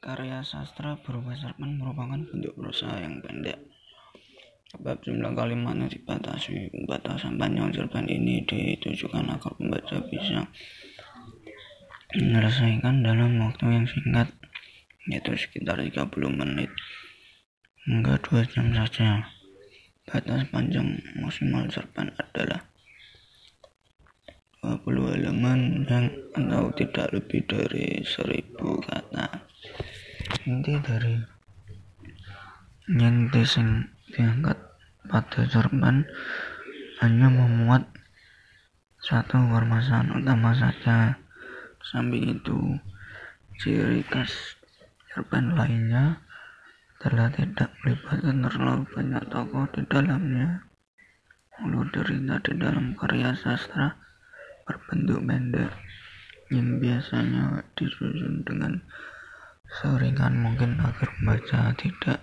Karya sastra berupa cerpen merupakan bentuk prosa yang pendek. Sebab jumlah kalimatnya dibatasi. Batasan panjang cerpen ini ditujukan agar pembaca bisa menyelesaikan dalam waktu yang singkat, yaitu sekitar 30 menit hingga 2 jam saja. Batas panjang maksimal cerpen adalah 20 halaman atau tidak lebih dari 1000 kata. Inti dari yang diangkat pada cerpen hanya memuat satu permasalahan utama saja. Samping itu, ciri khas cerpen lainnya adalah tidak melibatkan terlalu banyak tokoh di dalamnya. Alur cerita di dalam karya sastra berbentuk pendek yang biasanya disusun dengan seringan mungkin agar pembaca tidak